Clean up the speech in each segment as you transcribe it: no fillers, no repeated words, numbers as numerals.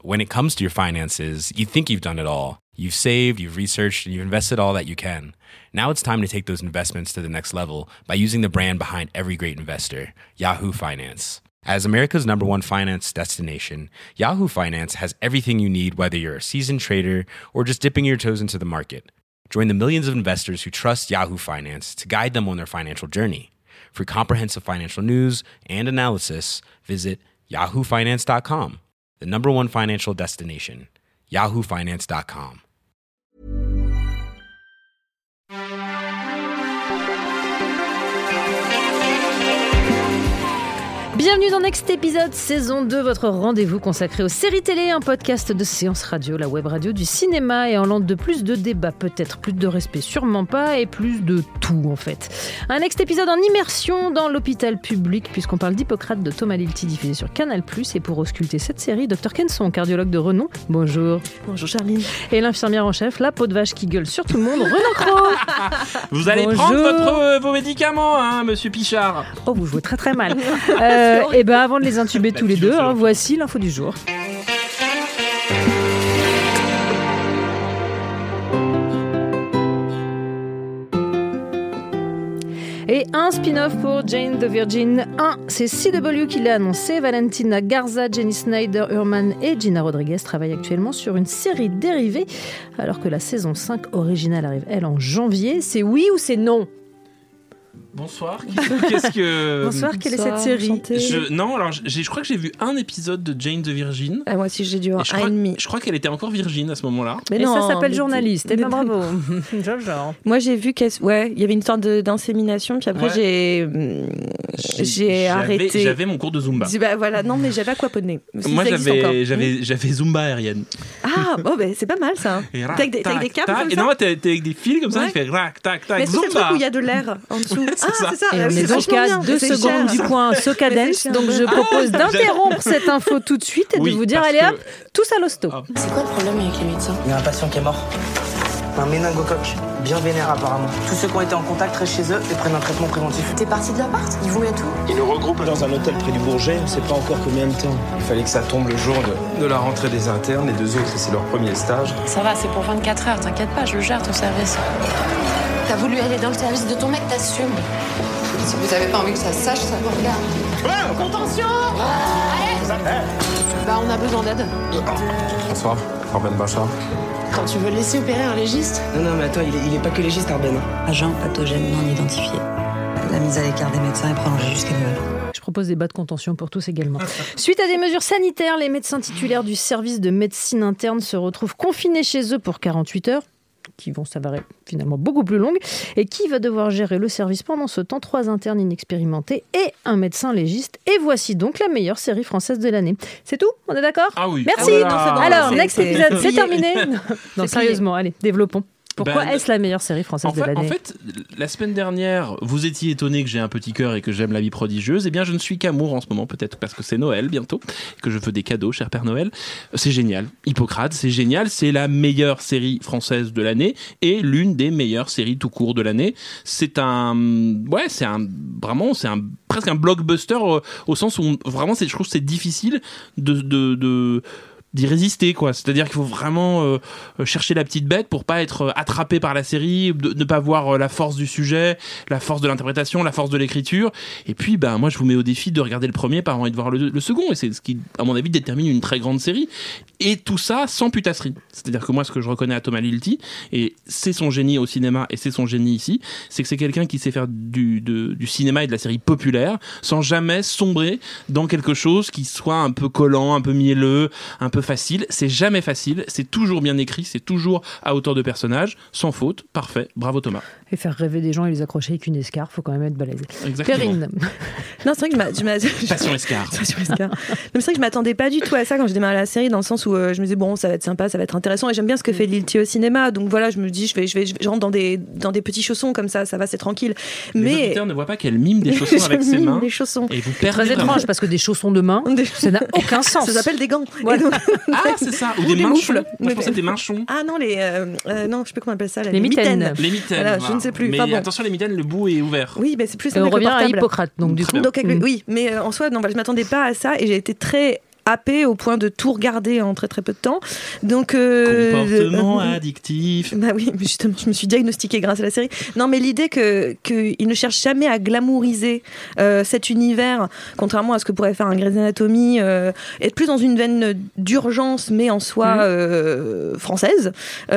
when it comes to your finances, you think you've done it all. You've saved, you've researched, and you've invested all that you can. Now it's time to take those investments to the next level by using the brand behind every great investor, Yahoo Finance. As America's #1 finance destination, Yahoo Finance has everything you need, whether you're a seasoned trader or just dipping your toes into the market. Join the millions of investors who trust Yahoo Finance to guide them on their financial journey. For comprehensive financial news and analysis, visit yahoofinance.com, the #1 financial destination, yahoofinance.com. Bienvenue dans Next Épisode, saison 2, votre rendez-vous consacré aux séries télé, un podcast de Séance Radio, la web radio du cinéma, et en l'an de plus de débats, peut-être plus de respect, sûrement pas, et plus de tout en fait. Un Next Épisode en immersion dans l'hôpital public, puisqu'on parle d'Hippocrate de Thomas Lilti, diffusé sur Canal+, et pour ausculter cette série, Dr Kenson, cardiologue de renom, bonjour. Bonjour Charline. Et l'infirmière en chef, la peau de vache qui gueule sur tout le monde, Renan Cros. Vous allez prendre vos médicaments, hein, monsieur Pichard. Oh, vous jouez très très mal. Et ben avant de les intuber tous les deux, voici l'info du jour. Et un spin-off pour Jane the Virgin 1, c'est CW qui l'a annoncé. Valentina Garza, Jenny Snyder, Urman et Gina Rodriguez travaillent actuellement sur une série dérivée, alors que la saison 5 originale arrive, elle, en janvier. C'est oui ou c'est non ? Bonsoir. Qu'est-ce que... Bonsoir, quelle est cette série ? Je crois que j'ai vu un épisode de Jane the Virgin. Moi aussi, j'ai dû voir un et demi. Je crois qu'elle était encore virgine à ce moment-là. Mais non, ça s'appelle journaliste. Et ben bravo. Moi, j'ai vu qu'il y avait une sorte d'insémination, puis après, j'ai arrêté. J'avais mon cours de Zumba. Non, mais j'avais aquaponé. Moi, j'avais Zumba aérienne. Ah, c'est pas mal ça. T'es avec des câbles comme ça. Et non, t'es avec des fils comme ça, il fait rac, tac, tac, mais Zumba. C'est le truc où il y a de l'air en dessous. C'est ça. Et on est donc à 2 secondes du point Socadence, donc je propose d'interrompre cette info tout de suite et de vous dire allez hop, tous à l'hosto. C'est quoi le problème avec les médecins ? Il y a un patient qui est mort. Un méningocoque, bien vénère apparemment. Tous ceux qui ont été en contact restent chez eux et prennent un traitement préventif. T'es parti de l'appart ? Ils vous mettent où ? Ils nous regroupent dans un hôtel près du Bourget, on sait pas encore combien de temps. Il fallait que ça tombe le jour de la rentrée des internes, les 2 autres c'est leur premier stage. Ça va, c'est pour 24 heures, t'inquiète pas, je le gère ton service. T'as voulu aller dans le service de ton mec, t'assumes. Si vous avez pas envie que ça se sache, ça vous regarde. Contention ! On a besoin d'aide. Bonsoir, Arben Bachar. Quand tu veux le laisser opérer un légiste ? Non, mais attends, il est pas que légiste, Arben. Agent pathogène non identifié. La mise à l'écart des médecins est prolongée jusqu'à Noël. Je propose des bas de contention pour tous également. Suite à des mesures sanitaires, les médecins titulaires du service de médecine interne se retrouvent confinés chez eux pour 48 heures. Qui vont s'avérer finalement beaucoup plus longues, et qui va devoir gérer le service pendant ce temps ? 3 internes inexpérimentés et un médecin légiste. Et voici donc la meilleure série française de l'année. C'est tout ? On est d'accord ? Ah oui. Merci. Alors, Next Épisode, c'est terminé. Non, sérieusement, allez, développons. Pourquoi est-ce la meilleure série française de l'année ? En fait, la semaine dernière, vous étiez étonné que j'ai un petit cœur et que j'aime la vie prodigieuse. Eh bien, je ne suis qu'amour en ce moment, peut-être parce que c'est Noël bientôt, que je veux des cadeaux, cher Père Noël. C'est génial. Hippocrate, c'est génial. C'est la meilleure série française de l'année et l'une des meilleures séries tout court de l'année. C'est presque un blockbuster au sens où vraiment, je trouve que c'est difficile d'y résister, quoi. C'est-à-dire qu'il faut vraiment chercher la petite bête pour pas être attrapé par la série, ne pas voir la force du sujet, la force de l'interprétation, la force de l'écriture. Et puis, moi, je vous mets au défi de regarder le premier par envie de voir le second. Et c'est ce qui, à mon avis, détermine une très grande série. Et tout ça sans putasserie. C'est-à-dire que moi, ce que je reconnais à Thomas Lilti, et c'est son génie au cinéma et c'est son génie ici, c'est que c'est quelqu'un qui sait faire du cinéma et de la série populaire sans jamais sombrer dans quelque chose qui soit un peu collant, un peu mielleux, un peu facile. C'est jamais facile, c'est toujours bien écrit, c'est toujours à hauteur de personnage, sans faute, parfait. Bravo Thomas. Et faire rêver des gens et les accrocher avec une escarpe, faut quand même être balèze. Exactement. Perrine. Non, c'est vrai que Passion escarpe. C'est vrai que je m'attendais pas du tout à ça quand j'ai démarré la série, dans le sens où je me disais ça va être sympa, ça va être intéressant, et j'aime bien ce que fait Lilti au cinéma, donc voilà, je me dis je rentre dans des petits chaussons comme ça va, c'est tranquille. Les auditeurs ne voient pas qu'elle mime des chaussons avec ses mains. Des chaussons. Et vous perdez. Très étrange parce que des chaussons de main, ça n'a aucun sens. Ça s'appelle des gants. Voilà. C'est ça, ou des manchons. Moi, je pensais des manchons. Ah non, non, je sais plus comment on appelle ça. Les mitaines. Les mitaines. Voilà, je ne sais plus. Mais attention, les mitaines, le bout est ouvert. Oui, c'est plus. Et on revient à Hippocrate, donc du coup. Oui, mais en soi, je m'attendais pas à ça et j'ai été très happé au point de tout regarder en très très peu de temps. Donc comportement addictif. Bah oui, justement, je me suis diagnostiquée grâce à la série. Non, mais l'idée qu'il ne cherche jamais à glamouriser cet univers, contrairement à ce que pourrait faire un Grey's Anatomy, être plus dans une veine d'urgence, mais en soi française,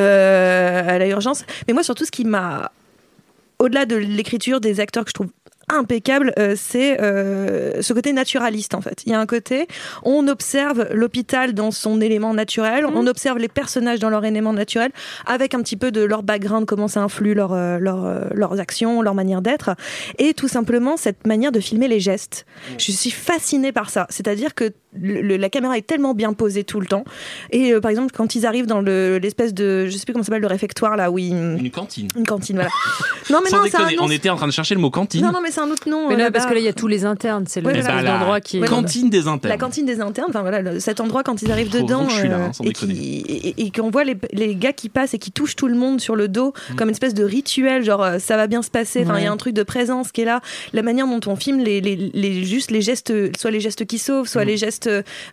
à la urgence. Mais moi, surtout, ce qui m'a, au-delà de l'écriture des acteurs que je trouve impeccable, c'est ce côté naturaliste en fait. Il y a un côté, on observe l'hôpital dans son élément naturel, on observe les personnages dans leur élément naturel, avec un petit peu de leur background, comment ça influe leurs actions, leur manière d'être, et tout simplement cette manière de filmer les gestes. Je suis fascinée par ça, c'est-à-dire que la caméra est tellement bien posée tout le temps, et par exemple quand ils arrivent dans l'espèce de, je sais plus comment ça s'appelle, le réfectoire là où une cantine, voilà. Non mais sans non, déconner, on était en train de chercher le mot cantine. Non mais c'est un autre nom. Mais là, parce que là, il y a tous les internes. C'est le endroit qui est. Cantine des internes. La cantine des internes, enfin voilà, cet endroit quand ils arrivent dedans et qu'on voit les gars qui passent et qui touchent tout le monde sur le dos comme une espèce de rituel, genre ça va bien se passer. Enfin, il y a un truc de présence qui est là. La manière dont on filme les gestes, soit les gestes qui sauvent, soit les gestes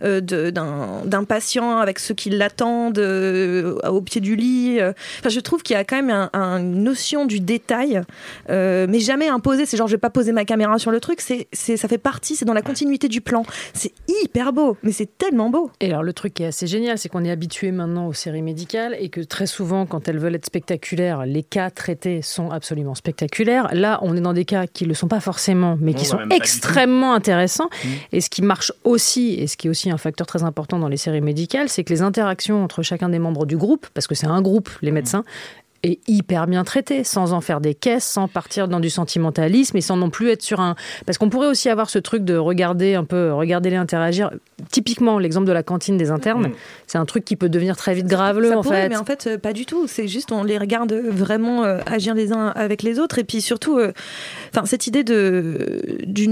d'un patient avec ceux qui l'attendent au pied du lit. Enfin, je trouve qu'il y a quand même une notion du détail, mais jamais imposé. C'est genre, je vais pas poser ma caméra sur le truc, ça fait partie, c'est dans la continuité du plan. C'est hyper beau, mais c'est tellement beau. Et alors, le truc qui est assez génial, c'est qu'on est habitué maintenant aux séries médicales et que très souvent, quand elles veulent être spectaculaires, les cas traités sont absolument spectaculaires. Là, on est dans des cas qui ne le sont pas forcément, mais qui sont extrêmement intéressants. Et ce qui marche aussi, et ce qui est aussi un facteur très important dans les séries médicales, c'est que les interactions entre chacun des membres du groupe, parce que c'est un groupe, les médecins, est hyper bien traité, sans en faire des caisses, sans partir dans du sentimentalisme et sans non plus être sur un... Parce qu'on pourrait aussi avoir ce truc de regarder les interagir. Typiquement, l'exemple de la cantine des internes, c'est un truc qui peut devenir très vite graveleux, en fait. Mais en fait, pas du tout. C'est juste, on les regarde vraiment agir les uns avec les autres. Et puis surtout, cette idée du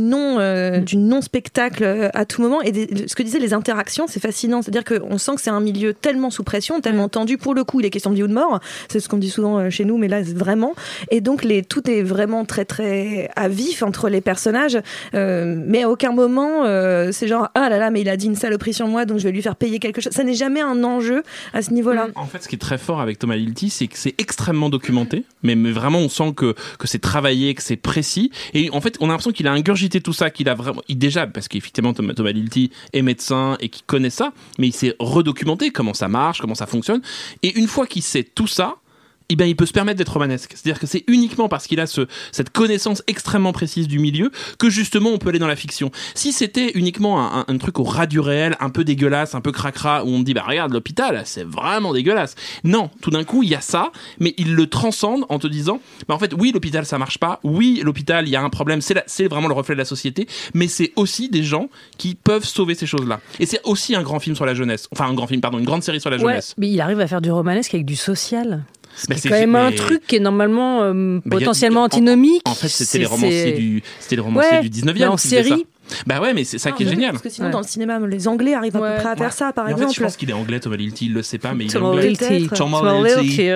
non-spectacle à tout moment. Et ce que disaient les interactions, c'est fascinant. C'est-à-dire qu'on sent que c'est un milieu tellement sous pression, tellement tendu. Pour le coup, il est question de vie ou de mort. C'est ce qu'on dit souvent chez nous, mais là, vraiment. Et donc, tout est vraiment très, très à vif entre les personnages. Mais à aucun moment, c'est genre, ah là là, mais il a dit une saloperie sur moi, donc je vais lui faire payer quelque chose. Ça n'est jamais un enjeu à ce niveau-là. En fait, ce qui est très fort avec Thomas Lilti, c'est que c'est extrêmement documenté, mais vraiment, on sent que c'est travaillé, que c'est précis. Et en fait, on a l'impression qu'il a ingurgité tout ça, qu'il a vraiment... déjà, parce qu'effectivement, Thomas Lilti est médecin et qu'il connaît ça, mais il s'est redocumenté comment ça marche, comment ça fonctionne. Et une fois qu'il sait tout ça, il peut se permettre d'être romanesque. C'est-à-dire que c'est uniquement parce qu'il a cette connaissance extrêmement précise du milieu que justement on peut aller dans la fiction. Si c'était uniquement un truc au ras du réel, un peu dégueulasse, un peu cracra, où on dit regarde l'hôpital, c'est vraiment dégueulasse. Non, tout d'un coup il y a ça, mais il le transcende en te disant en fait oui, l'hôpital ça marche pas, oui, l'hôpital il y a un problème, c'est vraiment le reflet de la société, mais c'est aussi des gens qui peuvent sauver ces choses-là. Et c'est aussi un grand film sur la jeunesse, une grande série sur la jeunesse. Mais il arrive à faire du romanesque avec du social. C'est quand même un truc qui est normalement potentiellement antinomique. En fait, c'était les romanciers du 19e. En série. Bah ouais, mais c'est ça qui est génial. Parce que sinon, dans le cinéma, les Anglais arrivent à peu près à faire ça, par exemple. En fait, je pense qu'il est anglais, Thomas Lilti, il le sait pas, mais il est Thomas anglais. Lilti.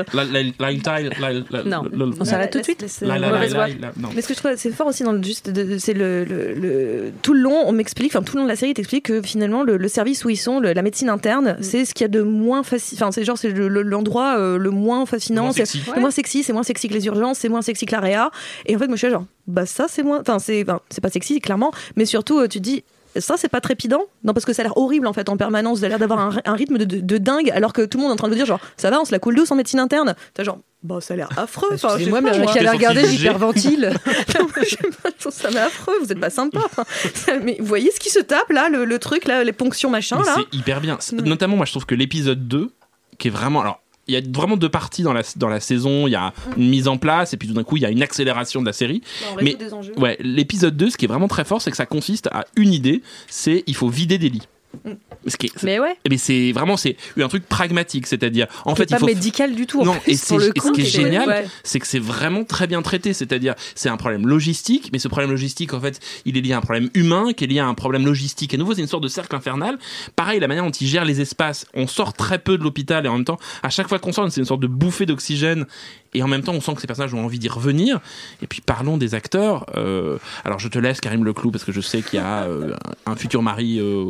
Non, on s'arrête tout de suite. Mais ce que je trouve c'est fort aussi dans c'est tout le long, on m'explique, tout le long de la série, t'explique que finalement le service où ils sont, la médecine interne, c'est ce qu'il y a de moins fascinant. C'est l'endroit le moins fascinant, c'est moins sexy, c'est moins sexy que les urgences, c'est moins sexy que la réa. Et en fait, moi, je suis genre, ça c'est moins, c'est pas sexy clairement, mais surtout tu te dis. Ça, c'est pas trépidant? Non, parce que ça a l'air horrible en fait en permanence. Ça a l'air d'avoir un rythme de dingue, alors que tout le monde est en train de dire genre ça va, on se la coule douce en médecine interne. T'as genre ça a l'air affreux. Excusez-moi, mais j'ai la regarder, j'hyperventile. Ça m'est affreux, vous êtes pas sympa. Mais vous voyez ce qui se tape là, le truc là, les ponctions machin là. C'est hyper bien. Notamment, moi je trouve que l'épisode 2, qui est vraiment. Alors, il y a vraiment deux parties dans la saison. Il y a une mise en place et puis tout d'un coup il y a une accélération de la série. Mais des enjeux. Ouais, l'épisode 2, ce qui est vraiment très fort, c'est que ça consiste à une idée, c'est il faut vider des lits. Mais c'est vraiment un truc pragmatique, c'est-à-dire en fait il faut pas médical du tout. Non, et ce qui est génial, c'est que c'est vraiment très bien traité, c'est-à-dire c'est un problème logistique, mais ce problème logistique en fait il est lié à un problème humain qui est lié à un problème logistique. À nouveau, c'est une sorte de cercle infernal. Pareil, la manière dont il gère les espaces, on sort très peu de l'hôpital et en même temps à chaque fois qu'on sort, c'est une sorte de bouffée d'oxygène. Et en même temps, on sent que ces personnages ont envie d'y revenir. Et puis, parlons des acteurs. Alors, je te laisse, Karim Leclou, parce que je sais qu'il y a un futur mari à la clé.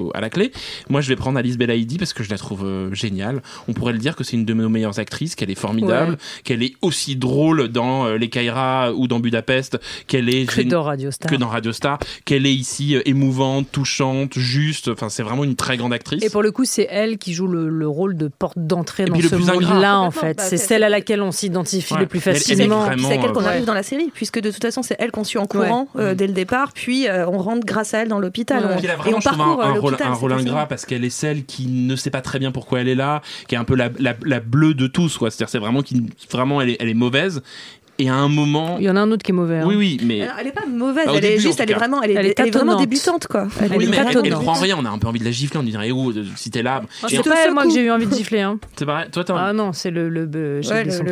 côté, moi je vais prendre Alice Belaïdi parce que je la trouve géniale. On pourrait le dire que c'est une de nos meilleures actrices, qu'elle est formidable, qu'elle est aussi drôle dans Les Caïras ou dans Budapest, qu'elle est que dans Radio Star, qu'elle est ici émouvante, touchante, juste. Enfin, c'est vraiment une très grande actrice. Et pour le coup, c'est elle qui joue le rôle de porte d'entrée dans ce monde-là, en fait. C'est celle à laquelle on s'identifie le plus facilement. C'est à elle qu'on arrive dans la série, puisque de toute façon, c'est elle qu'on suit en courant dès le départ, puis on rentre grâce à elle dans l'hôpital. Et on parcourt un rôle ingrat parce qu'elle est celle qui ne sait pas très bien pourquoi elle est là, qui est un peu la bleue de tous, quoi. C'est-à-dire, c'est vraiment elle est mauvaise. Et à un moment, il y en a un autre qui est mauvais. Hein. Oui, mais alors, elle est pas mauvaise. Elle est vraiment débutante, quoi. Elle croit en rien. On a un peu envie de la gifler. On dirait si t'es là. C'est pas elle, moi, que j'ai eu envie de gifler. Hein. C'est pareil. Toi, ah non, c'est le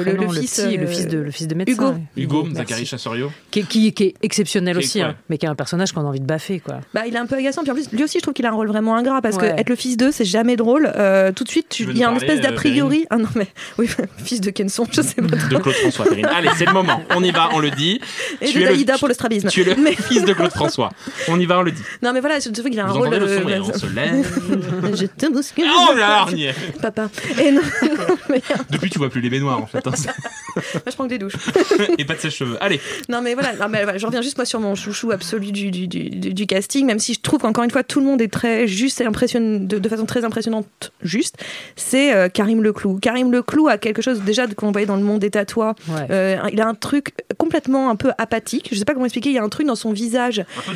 fils de médecin. Hugo, Zachary Chassorio, qui est exceptionnel aussi, mais qui est un personnage qu'on a envie de baffer, quoi. Bah, il est un peu agaçant. Puis en plus, lui aussi, je trouve qu'il a un rôle vraiment ingrat parce que être le fils d'eux, c'est jamais drôle. Tout de suite, il y a une espèce d'a priori. Ah non, mais oui, fils de Kenson, je sais pas. De Claude François. Allez, c'est le moment. On y va. On le dit. Et tu de Dalida pour le strabisme. Tu es le fils de Claude François. On y va, on le dit. Non, mais voilà, je trouve qu'il a un rôle. Le son et on se lève. Je te bouscule. Oh là, Arnier. Papa. Et non, mais... Depuis, tu vois plus les baignoires, en fait. Hein. Moi, je prends que des douches. Et pas de sèche-cheveux. Allez. Non, mais voilà. Je reviens juste, moi, sur mon chouchou absolu du casting, même si je trouve qu'encore une fois, tout le monde est très juste et impressionnant, de façon très impressionnante, juste. C'est Karim Leclou. Karim Leclou a quelque chose, déjà, qu'on voyait dans Le Monde des Tatouas. Il a un truc complètement un peu apathique, je sais pas comment expliquer, il y a un truc dans son visage un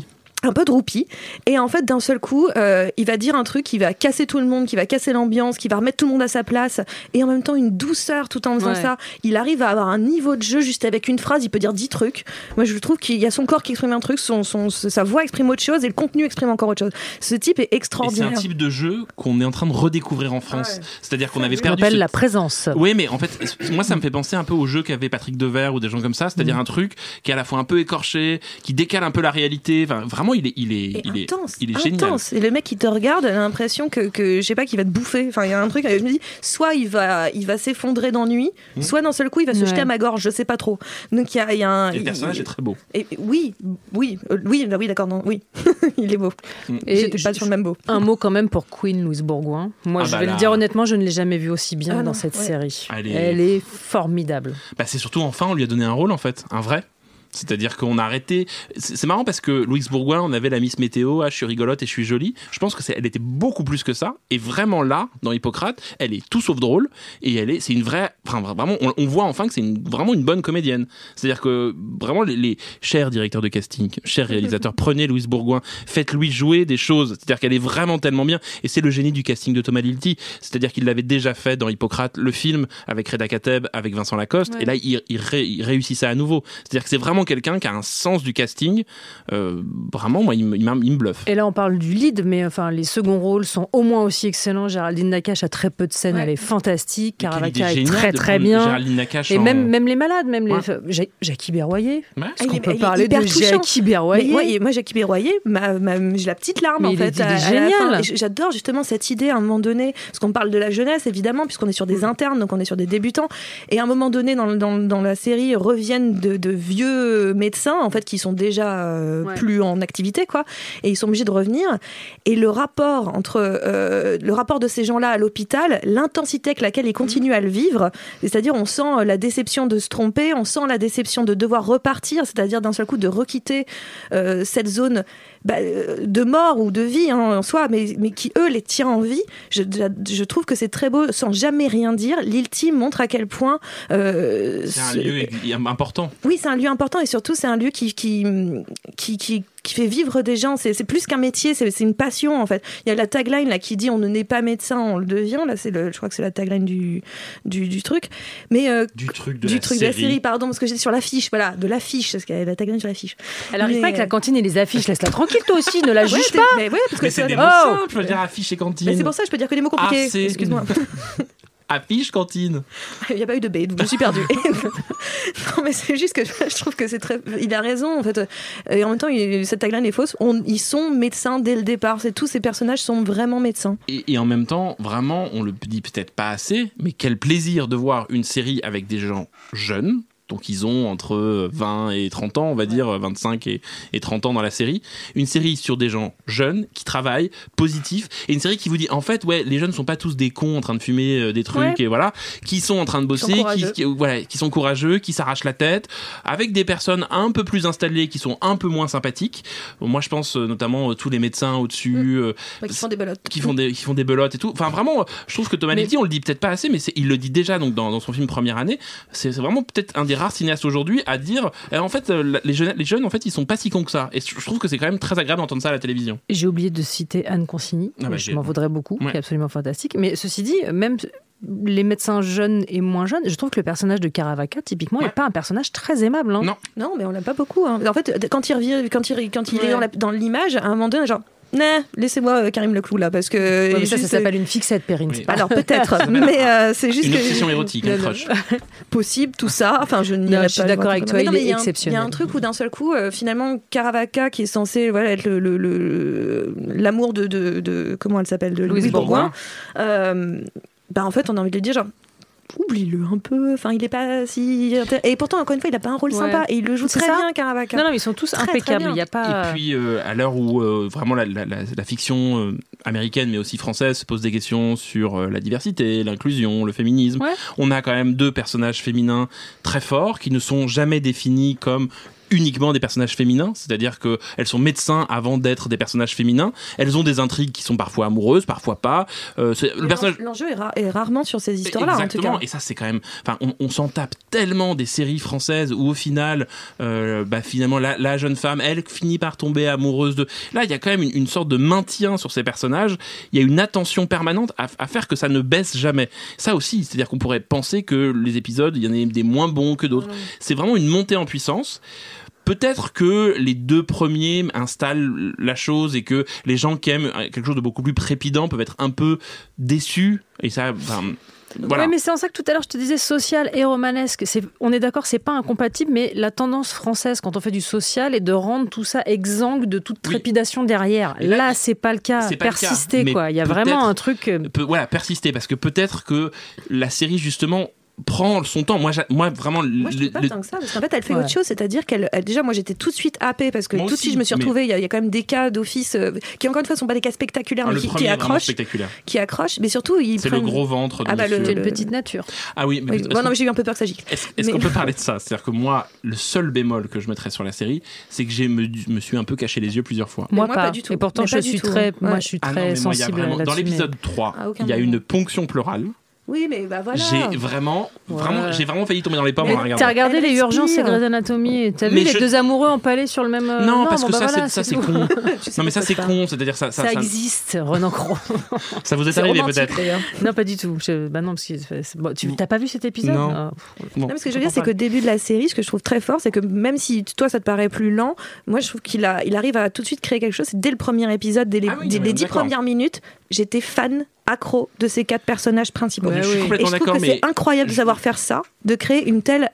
peu de roupie, et en fait d'un seul coup il va dire un truc qui va casser tout le monde, qui va casser l'ambiance, qui va remettre tout le monde à sa place, et en même temps une douceur tout en faisant ça. Il arrive à avoir un niveau de jeu juste avec une phrase, il peut dire 10 trucs. Moi je trouve qu'il y a son corps qui exprime un truc, sa voix exprime autre chose et le contenu exprime encore autre chose. Ce type est extraordinaire. Et c'est un type de jeu qu'on est en train de redécouvrir en France. C'est-à-dire qu'on avait perdu la présence. Oui, mais en fait moi ça me fait penser un peu au jeu qu'avait Patrick Devers ou des gens comme ça, c'est-à-dire un truc qui est à la fois un peu écorché, qui décale un peu la réalité. Enfin vraiment il est génial. Et le mec qui te regarde, a l'impression que je sais pas, qu'il va te bouffer. Enfin, il y a un truc, je me dis, soit il va s'effondrer d'ennui, soit d'un seul coup il va se jeter à ma gorge, je sais pas trop. Donc il y a un. Et le personnage est très beau. Et oui, d'accord, non, oui, il est beau. Et j'étais pas sur le même beau. Un mot quand même pour Queen Louise Bourgoin. Moi, je vais le dire honnêtement, je ne l'ai jamais vue aussi bien dans cette série. Elle est formidable. Bah, c'est surtout enfin on lui a donné un rôle en fait, un vrai. C'est-à-dire qu'on a arrêté. C'est marrant parce que Louise Bourgoin, on avait la Miss Météo, je suis rigolote et je suis jolie. Je pense que elle était beaucoup plus que ça. Et vraiment là, dans Hippocrate, elle est tout sauf drôle. Et c'est une vraie. Enfin, vraiment, on voit enfin que c'est vraiment une bonne comédienne. C'est-à-dire que vraiment, les chers directeurs de casting, chers réalisateurs, prenez Louise Bourgoin, faites-lui jouer des choses. C'est-à-dire qu'elle est vraiment tellement bien. Et c'est le génie du casting de Thomas Lilti. C'est-à-dire qu'il l'avait déjà fait dans Hippocrate, le film, avec Reda Kateb, avec Vincent Lacoste. Et là, il réussit ça à nouveau. C'est-à-dire que c'est vraiment quelqu'un qui a un sens du casting vraiment, moi, il me bluffe. Et là on parle du lead, mais enfin les seconds rôles sont au moins aussi excellents. Géraldine Nakache a très peu de scènes, elle est fantastique. Caravaca est très très bien. Géraldine Nakache et même les malades, Jackie Berroyer. Est-ce qu'on peut parler de Jackie Berroyer? Moi Jackie Berroyer, j'ai la petite larme en fait. Il est génial. J'adore justement cette idée à un moment donné, parce qu'on parle de la jeunesse évidemment, puisqu'on est sur des internes, donc on est sur des débutants, et à un moment donné dans la série reviennent de vieux médecins en fait qui sont déjà plus en activité, quoi, et ils sont obligés de revenir, et le rapport de ces gens-là à l'hôpital, l'intensité avec laquelle ils continuent à le vivre, c'est-à-dire on sent la déception de se tromper, on sent la déception de devoir repartir, c'est-à-dire d'un seul coup de requitter cette zone de mort ou de vie en soi, mais qui eux les tient en vie. Je trouve que c'est très beau sans jamais rien dire. Lilti montre à quel point c'est un lieu important. Oui, c'est un lieu important, et surtout c'est un lieu qui fait vivre des gens. C'est plus qu'un métier, c'est une passion en fait. Il y a la tagline là qui dit on ne naît pas médecin, on le devient. Là je crois que c'est la tagline du truc, mais du truc de la série, pardon, parce que j'étais sur l'affiche, voilà, de l'affiche, parce qu'il y a la tagline sur l'affiche. Elle arrive pas avec la cantine et les affiches, laisse-la tranquille toi aussi, ne la juge pas. Mais c'est des mots simples, je veux dire affiche et cantine. Mais c'est pour ça que je peux dire que des mots compliqués. Excuse-moi. Affiche cantine. Il n'y a pas eu de B, donc je suis perdue. Non, mais c'est juste que je trouve que c'est très. Il a raison, en fait. Et en même temps, cette tagline est fausse. Ils sont médecins dès le départ. Tous ces personnages sont vraiment médecins. Et en même temps, vraiment, on le dit peut-être pas assez, mais quel plaisir de voir une série avec des gens jeunes, Donc ils ont entre 20 et 30 ans, on va dire 25 et 30 ans dans la série. Une série sur des gens jeunes qui travaillent, positifs, et une série qui vous dit en fait les jeunes sont pas tous des cons en train de fumer des trucs et voilà, qui sont en train de bosser, qui sont courageux, qui s'arrachent la tête, avec des personnes un peu plus installées qui sont un peu moins sympathiques. Moi je pense notamment tous les médecins au-dessus qui font des belotes. Qui font des belotes et tout. Enfin vraiment, je trouve que Tom Halletti, on le dit peut-être pas assez, mais il le dit déjà donc dans son film Première année. C'est vraiment peut-être un des rares cinéastes aujourd'hui à dire en fait les jeunes en fait ils sont pas si cons que ça. Et je trouve que c'est quand même très agréable d'entendre ça à la télévision. J'ai oublié de citer Anne Consigny, je m'en voudrais beaucoup, qui est absolument fantastique. Mais ceci dit, même les médecins jeunes et moins jeunes, je trouve que le personnage de Caravaca, typiquement, n'est pas un personnage très aimable. Hein. Non, mais on l'a pas beaucoup. Hein. En fait, quand il est dans l'image, à un moment donné, genre. Non, laissez-moi Karim Leclou là, parce que. Ouais, ça s'appelle une fixette, Perrine. Oui. Alors peut-être, mais c'est juste une obsession érotique, un crush. Possible, tout ça. Enfin, je suis d'accord avec toi, il est exceptionnel. Il y a un truc où d'un seul coup, finalement, Caravaca, qui est censé être l'amour de comment elle s'appelle, de Louise Bourgoin. En fait, on a envie de lui dire genre. Oublie-le un peu, enfin il est pas si et pourtant encore une fois il a pas un rôle sympa et il le joue très bien Caravaca. Non mais ils sont tous impeccables, il y a pas. Et puis à l'heure où vraiment la fiction américaine mais aussi française se pose des questions sur la diversité, l'inclusion, le féminisme, on a quand même 2 personnages féminins très forts qui ne sont jamais définis comme uniquement des personnages féminins, c'est-à-dire qu'elles sont médecins avant d'être des personnages féminins. Elles ont des intrigues qui sont parfois amoureuses, parfois pas. L'enjeu est rarement sur ces histoires-là, exactement, en tout cas. Et ça, c'est quand même... On s'en tape tellement des séries françaises où, au final, finalement, la jeune femme, elle finit par tomber amoureuse de... Là, il y a quand même une sorte de maintien sur ces personnages. Il y a une attention permanente à faire que ça ne baisse jamais. Ça aussi, c'est-à-dire qu'on pourrait penser que les épisodes, il y en a des moins bons que d'autres. C'est vraiment une montée en puissance. Peut-être que les 2 premiers installent la chose et que les gens qui aiment quelque chose de beaucoup plus trépidant peuvent être un peu déçus. Et ça, voilà. Oui, mais c'est en ça que tout à l'heure je te disais social et romanesque. On est d'accord, c'est pas incompatible, mais la tendance française quand on fait du social est de rendre tout ça exsangue de toute trépidation derrière. Là, c'est pas le cas. Persister, quoi. Il y a vraiment un truc. Persister, parce que peut-être que la série justement prend son temps. Moi vraiment. Moi, je trouve pas tant que ça, parce qu'en fait, elle fait autre chose, c'est-à-dire déjà, moi, j'étais tout de suite happée, parce que tout de suite, je me suis retrouvée. Il y a quand même des cas d'office qui, encore une fois, sont pas des cas spectaculaires, mais qui accrochent. Mais surtout, c'est le gros ventre. C'est une petite nature. Ah oui. Mais non, mais j'ai eu un peu peur que ça gicle. Est-ce qu'on peut parler de ça ? C'est-à-dire que moi, le seul bémol que je mettrais sur la série, c'est que je me suis un peu caché les yeux plusieurs fois. Moi pas du tout. Et pourtant, je suis très sensible là-dessus. Dans l'épisode 3, il y a une ponction pleurale. Oui, mais voilà. J'ai vraiment failli tomber dans les pommes en regardant. T'as regardé les urgences et Grey's Anatomy, t'as vu les 2 amoureux empalés sur le même. Non, parce que ça c'est con. Non, mais ça c'est con, c'est-à-dire ça existe, Renan Cros. Ça vous est arrivé peut-être ? Non, pas du tout. Non, parce que tu t'as pas vu cet épisode ? Non. Non, ce que je veux dire, c'est qu'au début de la série, ce que je trouve très fort, c'est que même si toi ça te paraît plus lent, moi je trouve qu'il arrive à tout de suite créer quelque chose. Dès le premier épisode, dès les 10 premières minutes, j'étais fan. Accro de ces 4 personnages principaux. Je suis complètement d'accord, mais c'est incroyable de savoir faire ça, de créer une telle,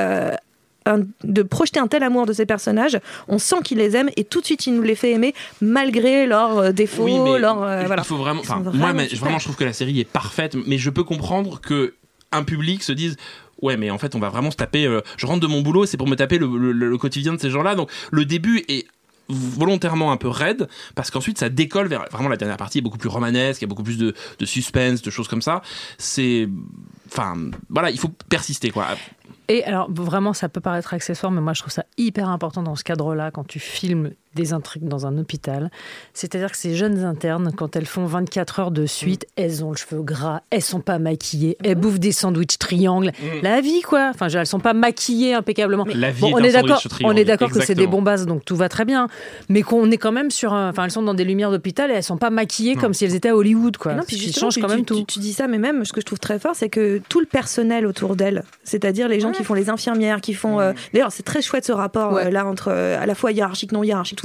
de projeter un tel amour de ces personnages. On sent qu'ils les aiment et tout de suite il nous les fait aimer malgré leurs défauts, il faut vraiment. Je trouve que la série est parfaite, mais je peux comprendre que un public se dise. Ouais, mais en fait, on va vraiment se taper. Je rentre de mon boulot, c'est pour me taper le quotidien de ces gens-là. Donc, le début est volontairement un peu raide parce qu'ensuite ça décolle vers vraiment la dernière partie est beaucoup plus romanesque, il y a beaucoup plus de suspense, de choses comme ça. Il faut persister quoi. Et alors vraiment ça peut paraître accessoire, mais moi je trouve ça hyper important dans ce cadre-là quand tu filmes des intrigues dans un hôpital. C'est-à-dire que ces jeunes internes, quand elles font 24 heures de suite, elles ont le cheveu gras, elles sont pas maquillées, elles bouffent des sandwichs triangles. La vie, quoi. Enfin, elles sont pas maquillées impeccablement. La vie on est d'accord que c'est des bombasses, donc tout va très bien. Mais qu'on est quand même sur elles sont dans des lumières d'hôpital et elles sont pas maquillées comme si elles étaient à Hollywood, quoi. Non, puis ce qui change quand même tout. Tu dis ça, mais même, ce que je trouve très fort, c'est que tout le personnel autour d'elles, c'est-à-dire les gens qui font les infirmières, qui font... D'ailleurs, c'est très chouette ce rapport là entre à la fois hiérarchique, non hiérarchique,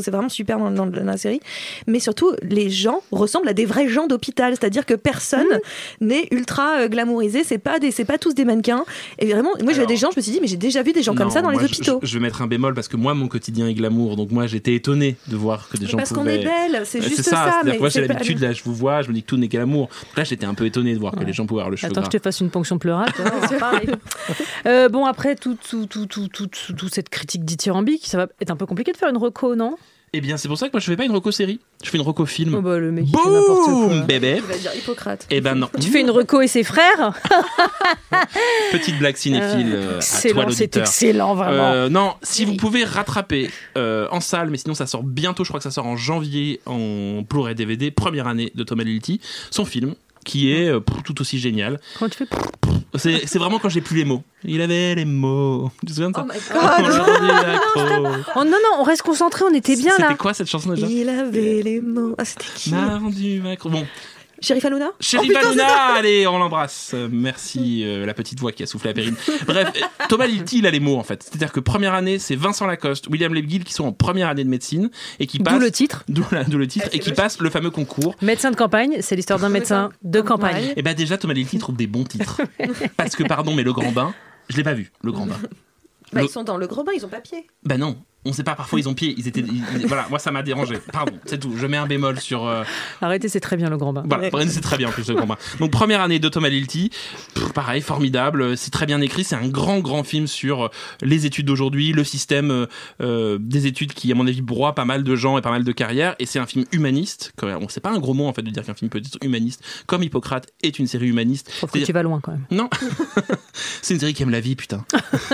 trouve que c'est vraiment super dans la série. Mais surtout, les gens ressemblent à des vrais gens d'hôpital, c'est-à-dire que personne n'est ultra glamourisé, c'est pas tous des mannequins. Et vraiment, moi j'ai des gens, je me suis dit, mais j'ai déjà vu des gens comme ça dans les hôpitaux. Je vais mettre un bémol parce que moi, mon quotidien est glamour, donc moi j'étais étonné de voir que des gens parce pouvaient... qu'on est belle, c'est juste ça. Mais moi j'ai l'habitude, là je vous vois, je me dis que tout n'est que l'amour. Là j'étais un peu étonné de voir que les gens pouvaient avoir le cheveu gras. Attends que je te fasse une ponction pleurale, c'est pareil. Bon, après toute cette critique dithyrambique, ça va être un peu compliqué de faire une reco, non ? Eh bien, c'est pour ça que moi je fais pas une reco série, je fais une reco film. Oh bah le mec, il fait n'importe quoi. Boum, bébé. Il va dire Hippocrate. Eh ben non. Tu fais une reco et ses frères ? Petite blague cinéphile à toi Excellent, c'est l'auditeur. excellent, vraiment. Non, si vous pouvez rattraper en salle, mais sinon ça sort bientôt, je crois que ça sort en janvier en Blu-ray DVD, première année de Tom Halilti, son film qui est tout aussi génial. Comment tu fais ? C'est vraiment quand j'ai plus les mots. Il avait les mots. Tu te souviens de ça ? Oh my God. Aujourd'hui, l'accro. Oh non, on reste concentré, on était bien là. C'était quoi cette chanson déjà ? Il avait les mots. Ah, c'était qui ? M'a rendu Macron. Bon. Sheriff Hanouna ? Sheriff Hanouna, allez, on l'embrasse. Merci, la petite voix qui a soufflé à Perrine. Bref, Tom Halilti, il a les mots en fait. C'est-à-dire que première année, c'est Vincent Lacoste, William Lebguil qui sont en première année de médecine et qui passent. D'où le titre. D'où le titre et qui passent le fameux concours. Médecin de campagne, c'est l'histoire d'un médecin de campagne. Et ben déjà, Tom Halilti trouve des bons titres. Parce que pardon, mais Le Grand Bain, je l'ai pas vu, Le Grand Bain. Ils sont dans Le Grand Bain, ils ont pas pied. Bah non. On sait pas, parfois ils ont pied, voilà, moi ça m'a dérangé. Pardon, c'est tout. Je mets un bémol sur. Arrêtez, c'est très bien Le Grand Bain. Voilà, c'est très bien en plus Le Grand Bain. Donc première année de Tom Halilti, pareil, formidable, c'est très bien écrit, c'est un grand film sur les études d'aujourd'hui, le système des études qui à mon avis broie pas mal de gens et pas mal de carrières, et c'est un film humaniste. C'est pas un gros mot en fait de dire qu'un film peut être humaniste, comme Hippocrate est une série humaniste. Je trouve que tu vas loin quand même. Non, c'est une série qui aime la vie, putain.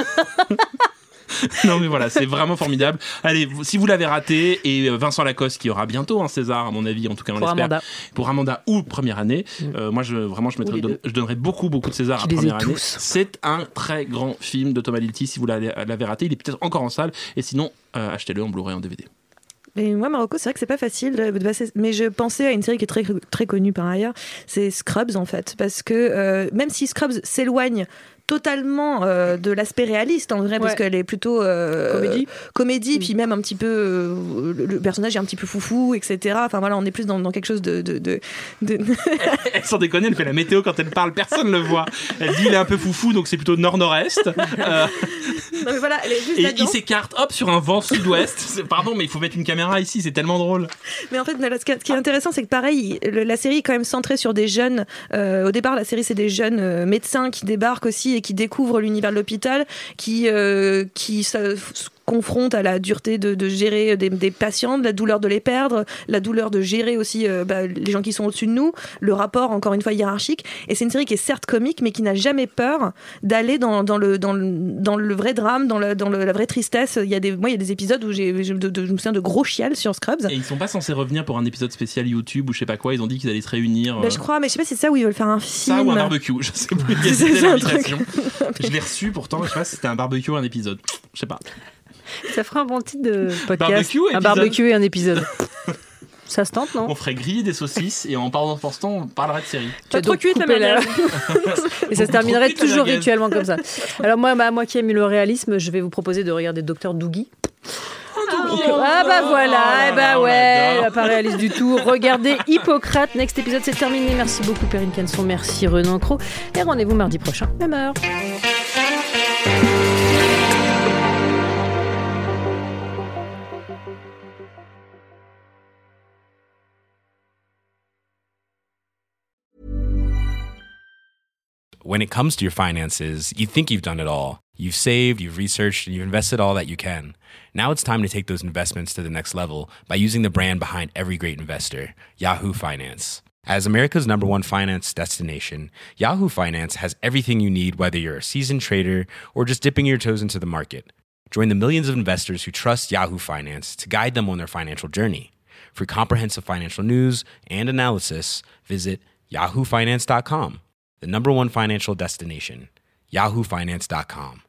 Non mais voilà, c'est vraiment formidable. Allez, si vous l'avez raté, et Vincent Lacoste qui aura bientôt un César à mon avis, en tout cas on l'espère, pour Amanda ou première année, moi je donnerais beaucoup de César à première année. C'est un très grand film de Tom Halilti. Si vous l'avez raté, il est peut-être encore en salle, et sinon achetez-le en Blu-ray, en DVD. Mais moi, Marocco, c'est vrai que c'est pas facile de passer. Mais je pensais à une série qui est très, très connue par ailleurs, c'est Scrubs en fait. Parce que même si Scrubs s'éloigne totalement de l'aspect réaliste en vrai, parce qu'elle est plutôt comédie, puis même un petit peu le personnage est un petit peu foufou, etc. Enfin voilà, on est plus dans quelque chose de... Sans déconner, elle fait la météo quand elle parle, personne le voit. Elle dit il est un peu foufou, donc c'est plutôt nord-nord-est. Non, mais voilà, elle est juste et il s'écarte hop sur un vent sud-ouest. Pardon, mais il faut mettre une caméra ici, c'est tellement drôle. Mais en fait, ce qui est intéressant, c'est que pareil, la série est quand même centrée sur des jeunes. Au départ, la série, c'est des jeunes médecins qui débarquent aussi et qui découvrent l'univers de l'hôpital, qui se confrontent à la dureté de gérer des patients, de la douleur de les perdre, la douleur de gérer aussi les gens qui sont au-dessus de nous, le rapport encore une fois hiérarchique. Et c'est une série qui est certes comique, mais qui n'a jamais peur d'aller dans le vrai drame, dans la vraie tristesse. Il y a des épisodes où je me souviens de gros chiales sur Scrubs. Et ils sont pas censés revenir pour un épisode spécial YouTube ou je sais pas quoi. Ils ont dit qu'ils allaient se réunir. Je crois, mais je sais pas si c'est ça où ils veulent faire un film. Ça ou un barbecue, je sais plus. C'était l'invitation. Je l'ai reçu pourtant, je sais pas si c'était un barbecue ou un épisode. Je sais pas. Ça ferait un bon titre de podcast. Un barbecue et un épisode. Ça se tente, non ? On ferait griller des saucisses et en parlant on parlerait de série. Tu as trop cuit la merguez. Et ça se terminerait toujours rituellement comme ça. Alors moi qui aime le réalisme, je vais vous proposer de regarder Dr Doogie. Pas réaliste du tout. Regardez Hippocrate. Next épisode, c'est terminé. Merci beaucoup Perrine Kenson, merci Renan Cros. Et rendez-vous mardi prochain, même heure. When it comes to your finances, you think you've done it all. You've saved, you've researched, and you've invested all that you can. Now it's time to take those investments to the next level by using the brand behind every great investor, Yahoo Finance. As America's #1 finance destination, Yahoo Finance has everything you need, whether you're a seasoned trader or just dipping your toes into the market. Join the millions of investors who trust Yahoo Finance to guide them on their financial journey. For comprehensive financial news and analysis, visit yahoofinance.com. The #1 financial destination, yahoofinance.com.